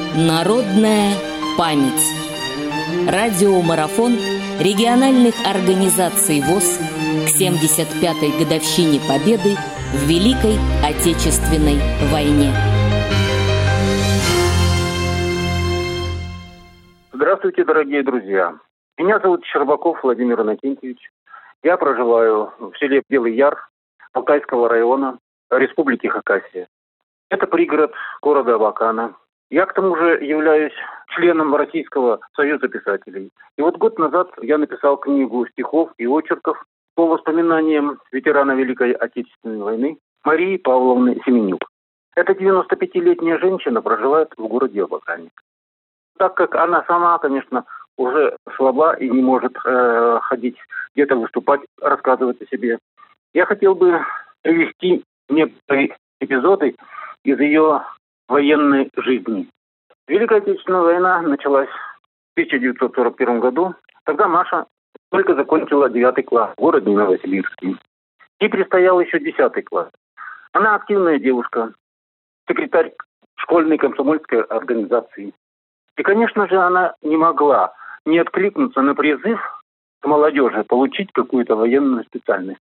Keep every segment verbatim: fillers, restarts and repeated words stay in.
Народная память. Радиомарафон региональных организаций ВОС к семьдесят пятой годовщине Победы в Великой Отечественной войне. Здравствуйте, дорогие друзья. Меня зовут Щербаков Владимир Иннокентьевич. Я проживаю в селе Белый Яр Алтайского района Республики Хакасия. Это пригород города Абакана. Я, к тому же, являюсь членом Российского союза писателей. И вот год назад я написал книгу стихов и очерков по воспоминаниям ветерана Великой Отечественной войны Марии Павловны Семенюк. Эта девяностопятилетняя женщина проживает в городе Абакане. Так как она сама, конечно, уже слаба и не может э, ходить где-то выступать, рассказывать о себе, я хотел бы привести некоторые эпизоды из ее военной жизни. Великая Отечественная война началась в тысяча девятьсот сорок первом году. Тогда Маша только закончила девятый класс в городе Новосибирске. Ей предстоял еще десятый класс. Она активная девушка, секретарь школьной комсомольской организации. И, конечно же, она не могла не откликнуться на призыв к молодежи получить какую-то военную специальность.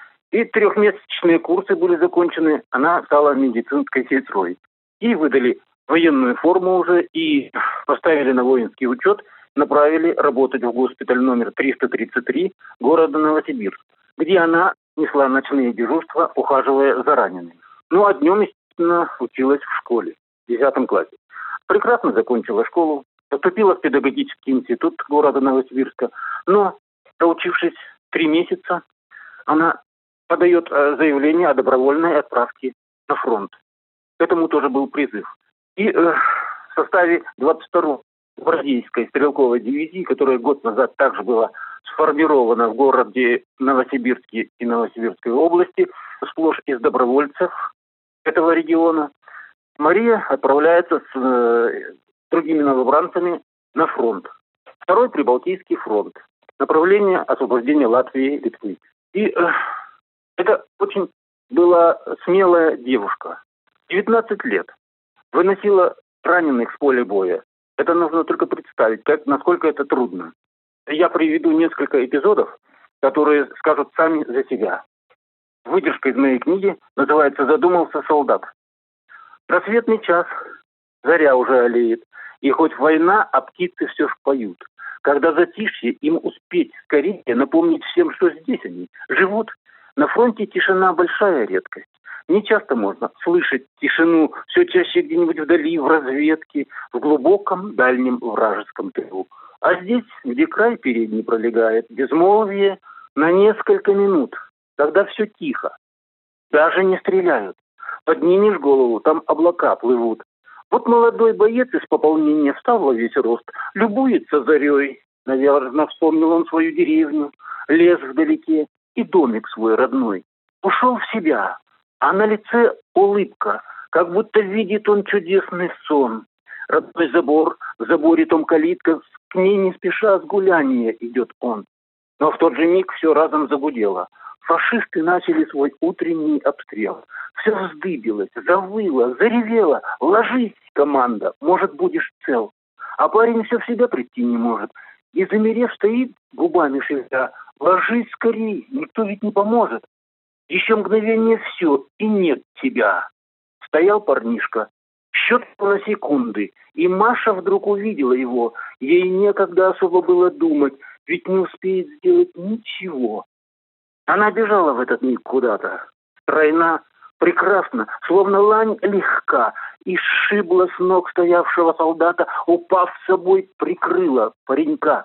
И трехмесячные курсы были закончены, она стала медицинской сестрой. Ей выдали военную форму уже и поставили на воинский учет, направили работать в госпиталь номер триста тридцать три города Новосибирск, где она несла ночные дежурства, ухаживая за ранеными. Ну а днем, естественно, училась в школе, в десятом классе. Прекрасно закончила школу, поступила в педагогический институт города Новосибирска, но, проучившись три месяца, она подает заявление о добровольной отправке на фронт. К этому тоже был призыв. И э, в составе двадцать второй гвардейской стрелковой дивизии, которая год назад также была сформирована в городе Новосибирске и Новосибирской области, сплошь из добровольцев этого региона, Мария отправляется с э, другими новобранцами на фронт. Второй Прибалтийский фронт. Направление освобождения Латвии и Литвы. И э, это очень была смелая девушка. девятнадцать лет. Выносила раненых с поля боя. Это нужно только представить, как, насколько это трудно. Я приведу несколько эпизодов, которые скажут сами за себя. Выдержка из моей книги называется «Задумался солдат». Рассветный час, заря уже алеет, и хоть война, а птицы все ж поют. Когда затишье, им успеть скорее напомнить всем, что здесь они живут. На фронте тишина большая редкость. Не часто можно слышать тишину, все чаще где-нибудь вдали, в разведке, в глубоком дальнем вражеском тылу. А здесь, где край передний пролегает, безмолвие на несколько минут, когда все тихо. Даже не стреляют. Поднимешь голову, там облака плывут. Вот молодой боец из пополнения встал во весь рост, любуется зарей. Наверное, вспомнил он свою деревню, лес вдалеке и домик свой родной. Ушел в себя, а на лице улыбка, как будто видит он чудесный сон. Родной забор, в заборе том калитка, к ней не спеша с гуляния идет он. Но в тот же миг все разом загудело. Фашисты начали свой утренний обстрел. Все вздыбилось, завыло, заревело. Ложись, команда, может, будешь цел. А парень все в себя прийти не может. И, замерев, стоит, губами шевеля. Ложись скорей, никто ведь не поможет. Еще мгновение все, и нет тебя. Стоял парнишка. Счет на секунды. И Маша вдруг увидела его. Ей некогда особо было думать, ведь не успеет сделать ничего. Она бежала в этот миг куда-то. Стройна, прекрасна, словно лань легка, и сшибла с ног стоявшего солдата, упав с собой, прикрыла паренька.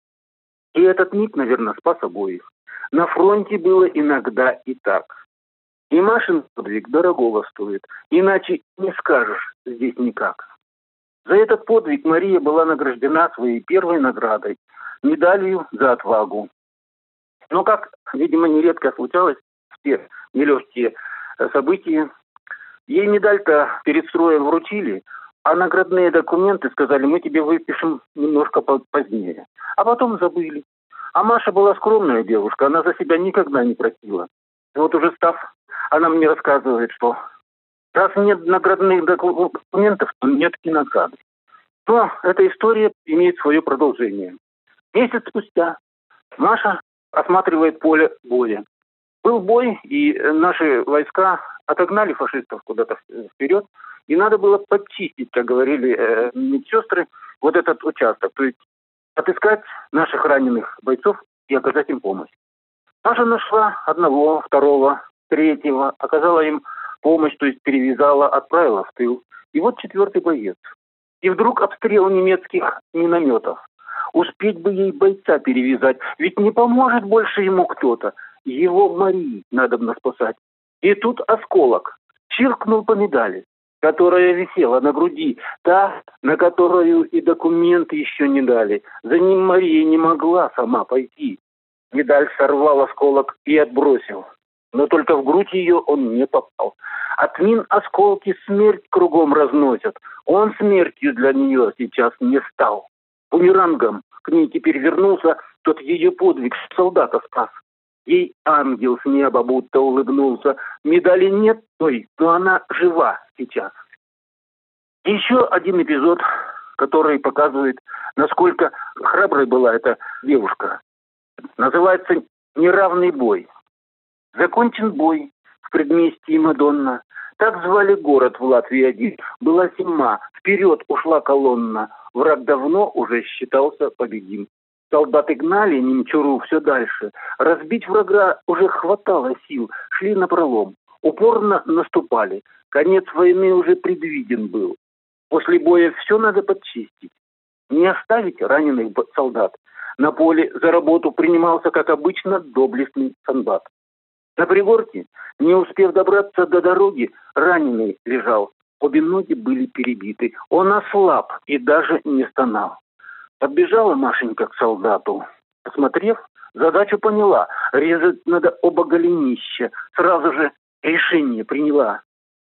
И этот миг, наверное, спас обоих. На фронте было иногда и так. И Машин подвиг дорогого стоит, иначе не скажешь здесь никак. За этот подвиг Мария была награждена своей первой наградой – медалью за отвагу. Но, как, видимо, нередко случалось в те нелегкие события, ей медаль-то перед строем вручили, а наградные документы сказали, мы тебе выпишем немножко позднее. А потом забыли. А Маша была скромная девушка, она за себя никогда не просила. И вот уже став, она мне рассказывает, что раз нет наградных документов, то нет и награды. Но эта история имеет свое продолжение. Месяц спустя Маша осматривает поле боя. Был бой, и наши войска отогнали фашистов куда-то вперед, и надо было подчистить, как говорили э, медсестры, вот этот участок. То есть отыскать наших раненых бойцов и оказать им помощь. Маша нашла одного, второго, третьего, оказала им помощь, то есть перевязала, отправила в тыл. И вот четвертый боец. И вдруг обстрел немецких минометов. Успеть бы ей бойца перевязать, ведь не поможет больше ему кто-то. Его Марии надобно спасать. И тут осколок чиркнул по медали, которая висела на груди, та, на которую и документы еще не дали. За ним Мария не могла сама пойти. Медаль сорвал осколок и отбросил. Но только в грудь ее он не попал. От мин осколки смерть кругом разносят. Он смертью для нее сейчас не стал. Бумерангом к ней теперь вернулся тот ее подвиг, солдата спас. Ей ангел с неба будто улыбнулся. Медали нет той, но она жива сейчас. И еще один эпизод, который показывает, насколько храброй была эта девушка. Называется «Неравный бой». Закончен бой в предместье Мадонна. Так звали город в Латвии один. Была зима, вперед ушла колонна. Враг давно уже считался победим. Солдаты гнали немчуру все дальше. Разбить врага уже хватало сил. Шли напролом. Упорно наступали. Конец войны уже предвиден был. После боя все надо подчистить. Не оставить раненых солдат. На поле за работу принимался, как обычно, доблестный комбат. На пригорке, не успев добраться до дороги, раненый лежал. Обе ноги были перебиты. Он ослаб и даже не стонал. Подбежала Машенька к солдату. Посмотрев, задачу поняла. Резать надо оба голенища. Сразу же решение приняла.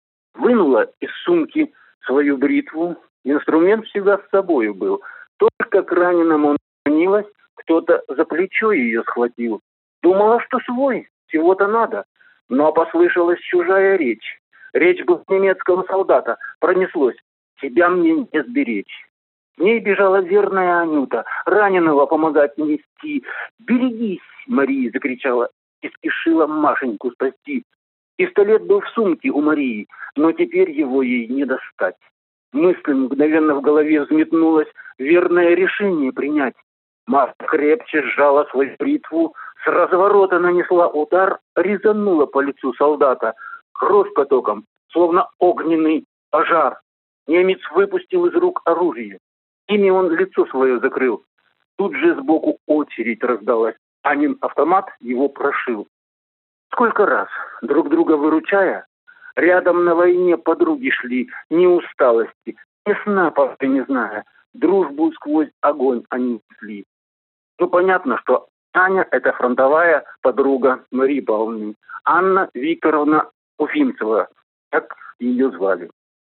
Вынула из сумки свою бритву. Инструмент всегда с собою был. Только к раненому наклонилась, кто-то за плечо ее схватил. Думала, что свой. Всего-то надо. Но послышалась чужая речь. Речь была немецкого солдата. Пронеслось. Тебя мне не сберечь. К ней бежала верная Анюта. Раненого помогать нести. «Берегись!» — Мария закричала. И спешила Машеньку спасти. Пистолет был в сумке у Марии, но теперь его ей не достать. Мысль мгновенно в голове взметнулась. Верное решение принять. Маша крепче сжала свою бритву. С разворота нанесла удар, резанула по лицу солдата. Кровь потоком, словно огненный пожар. Немец выпустил из рук оружие. Ими он лицо свое закрыл. Тут же сбоку очередь раздалась. Анин автомат его прошил. Сколько раз, друг друга выручая, рядом на войне подруги шли, ни усталости, ни сна порой не зная. Дружбу сквозь огонь они несли. Ну, понятно, что Аня – это фронтовая подруга Марии Павловны. Анна Викторовна Уфимцева, как ее звали.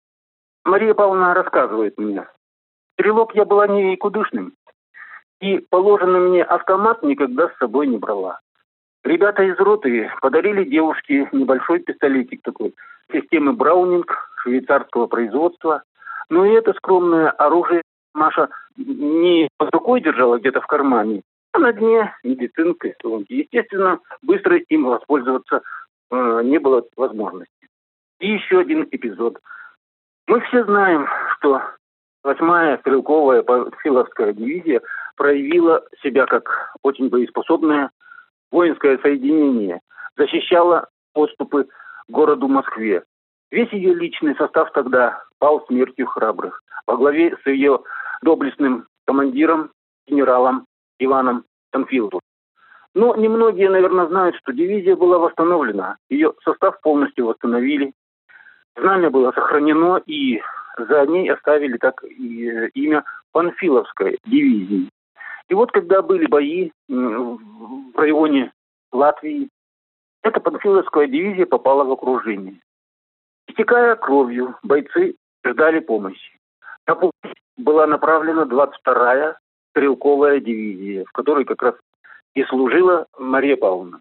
Мария Павловна рассказывает мне. Стрелок я была никудышным, и положенный мне автомат никогда с собой не брала. Ребята из роты подарили девушке небольшой пистолетик такой, системы Браунинг, швейцарского производства. Но и это скромное оружие Маша не под рукой держала где-то в кармане, а на дне медицинской сумки. Естественно, быстро им воспользоваться э, не было возможности. И еще один эпизод. Мы все знаем, что восьмая стрелковая Панфиловская дивизия проявила себя как очень боеспособное воинское соединение, защищала подступы к городу Москве. Весь ее личный состав тогда пал смертью храбрых во главе с ее доблестным командиром, генералом Иваном Панфиловым. Но немногие, наверное, знают, что дивизия была восстановлена. Ее состав полностью восстановили. Знамя было сохранено, и за ней оставили так и имя Панфиловской дивизии. И вот когда были бои в районе Латвии, эта Панфиловская дивизия попала в окружение. Истекая кровью, бойцы ждали помощи. На помощь была направлена двадцать вторая стрелковая дивизия, в которой как раз и служила Мария Павловна.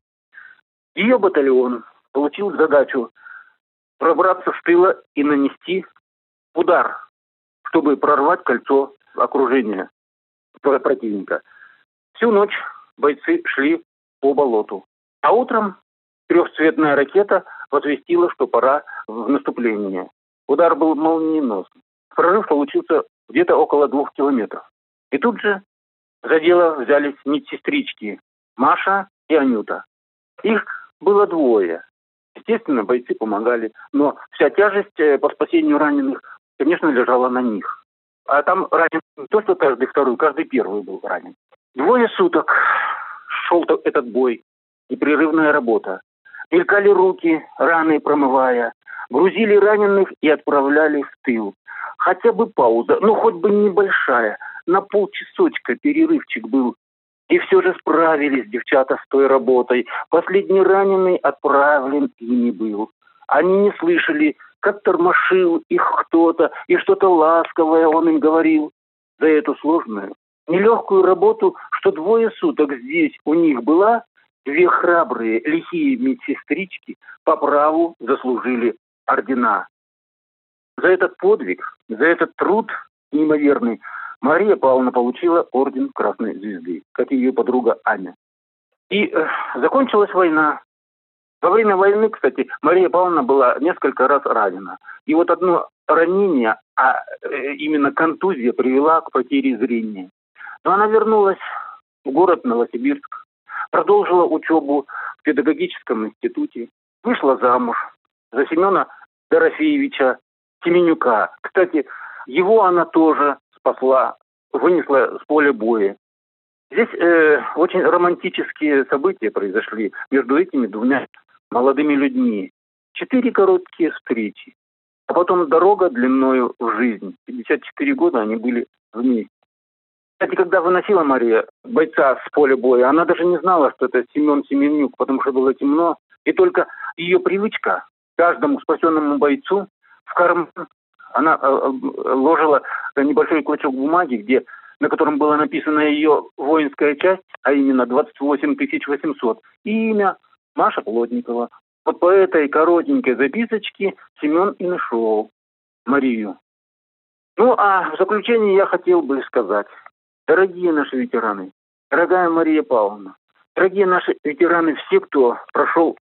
Ее батальон получил задачу пробраться с тыла и нанести удар чтобы прорвать кольцо окружения противника. Всю ночь бойцы шли по болоту. А утром трехцветная ракета возвестила, что пора в наступление. Удар был молниеносный. Прорыв получился где-то около двух километров. И тут же за дело взялись медсестрички Маша и Анюта. Их было двое. Естественно, бойцы помогали, но вся тяжесть по спасению раненых, конечно, лежала на них. А там ранен не то, что каждый второй, каждый первый был ранен. Двое суток шел этот бой, непрерывная работа. Мелькали руки, раны промывая, грузили раненых и отправляли в тыл. Хотя бы пауза, ну хоть бы небольшая, на полчасочка перерывчик был. И все же справились девчата с той работой. Последний раненый отправлен ими был. Они не слышали, как тормошил их кто-то, и что-то ласковое он им говорил. За эту сложную, нелегкую работу, что двое суток здесь у них была, две храбрые, лихие медсестрички по праву заслужили ордена. За этот подвиг, за этот труд неимоверный Мария Павловна получила орден Красной Звезды, как и ее подруга Аня. И э, закончилась война. Во время войны, кстати, Мария Павловна была несколько раз ранена. И вот одно ранение, а э, именно контузия, привела к потере зрения. Но она вернулась в город Новосибирск, продолжила учебу в педагогическом институте, вышла замуж за Семена Дорофеевича Семенюка. Кстати, его она тоже спасла, вынесла с поля боя. Здесь э, очень романтические события произошли между этими двумя молодыми людьми. Четыре короткие встречи, а потом дорога длиною в жизнь. пятьдесят четыре года они были вместе. Кстати, когда выносила Мария бойца с поля боя, она даже не знала, что это Семен Семенюк, потому что было темно. И только ее привычка каждому спасенному бойцу в карман она э, ложила небольшой клочок бумаги, где, на котором была написана ее воинская часть, а именно двадцать восемь тысяч восемьсот, и имя Маша Плотникова. Вот по этой коротенькой записочке Семен и нашел Марию. Ну, а в заключение я хотел бы сказать, дорогие наши ветераны, дорогая Мария Павловна, дорогие наши ветераны, все, кто прошел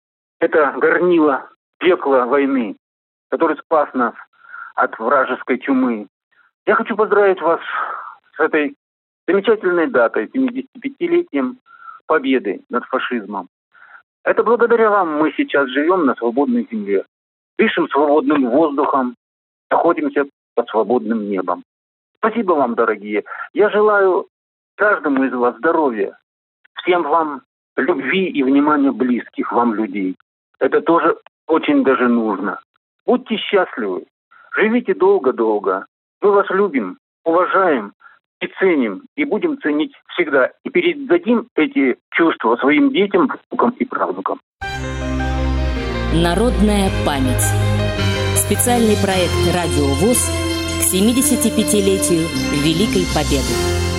это горнило пекла войны, который спас нас от вражеской чумы. Я хочу поздравить вас с этой замечательной датой, семидесятипятилетием победы над фашизмом. Это благодаря вам мы сейчас живем на свободной земле, дышим свободным воздухом, находимся под свободным небом. Спасибо вам, дорогие. Я желаю каждому из вас здоровья, всем вам любви и внимания близких вам людей. Это тоже очень даже нужно. Будьте счастливы. Живите долго-долго. Мы вас любим, уважаем и ценим, и будем ценить всегда. И передадим эти чувства своим детям, внукам и правнукам. Народная память. Специальный проект «Радио ВОС» к семидесятипятилетию Великой Победы.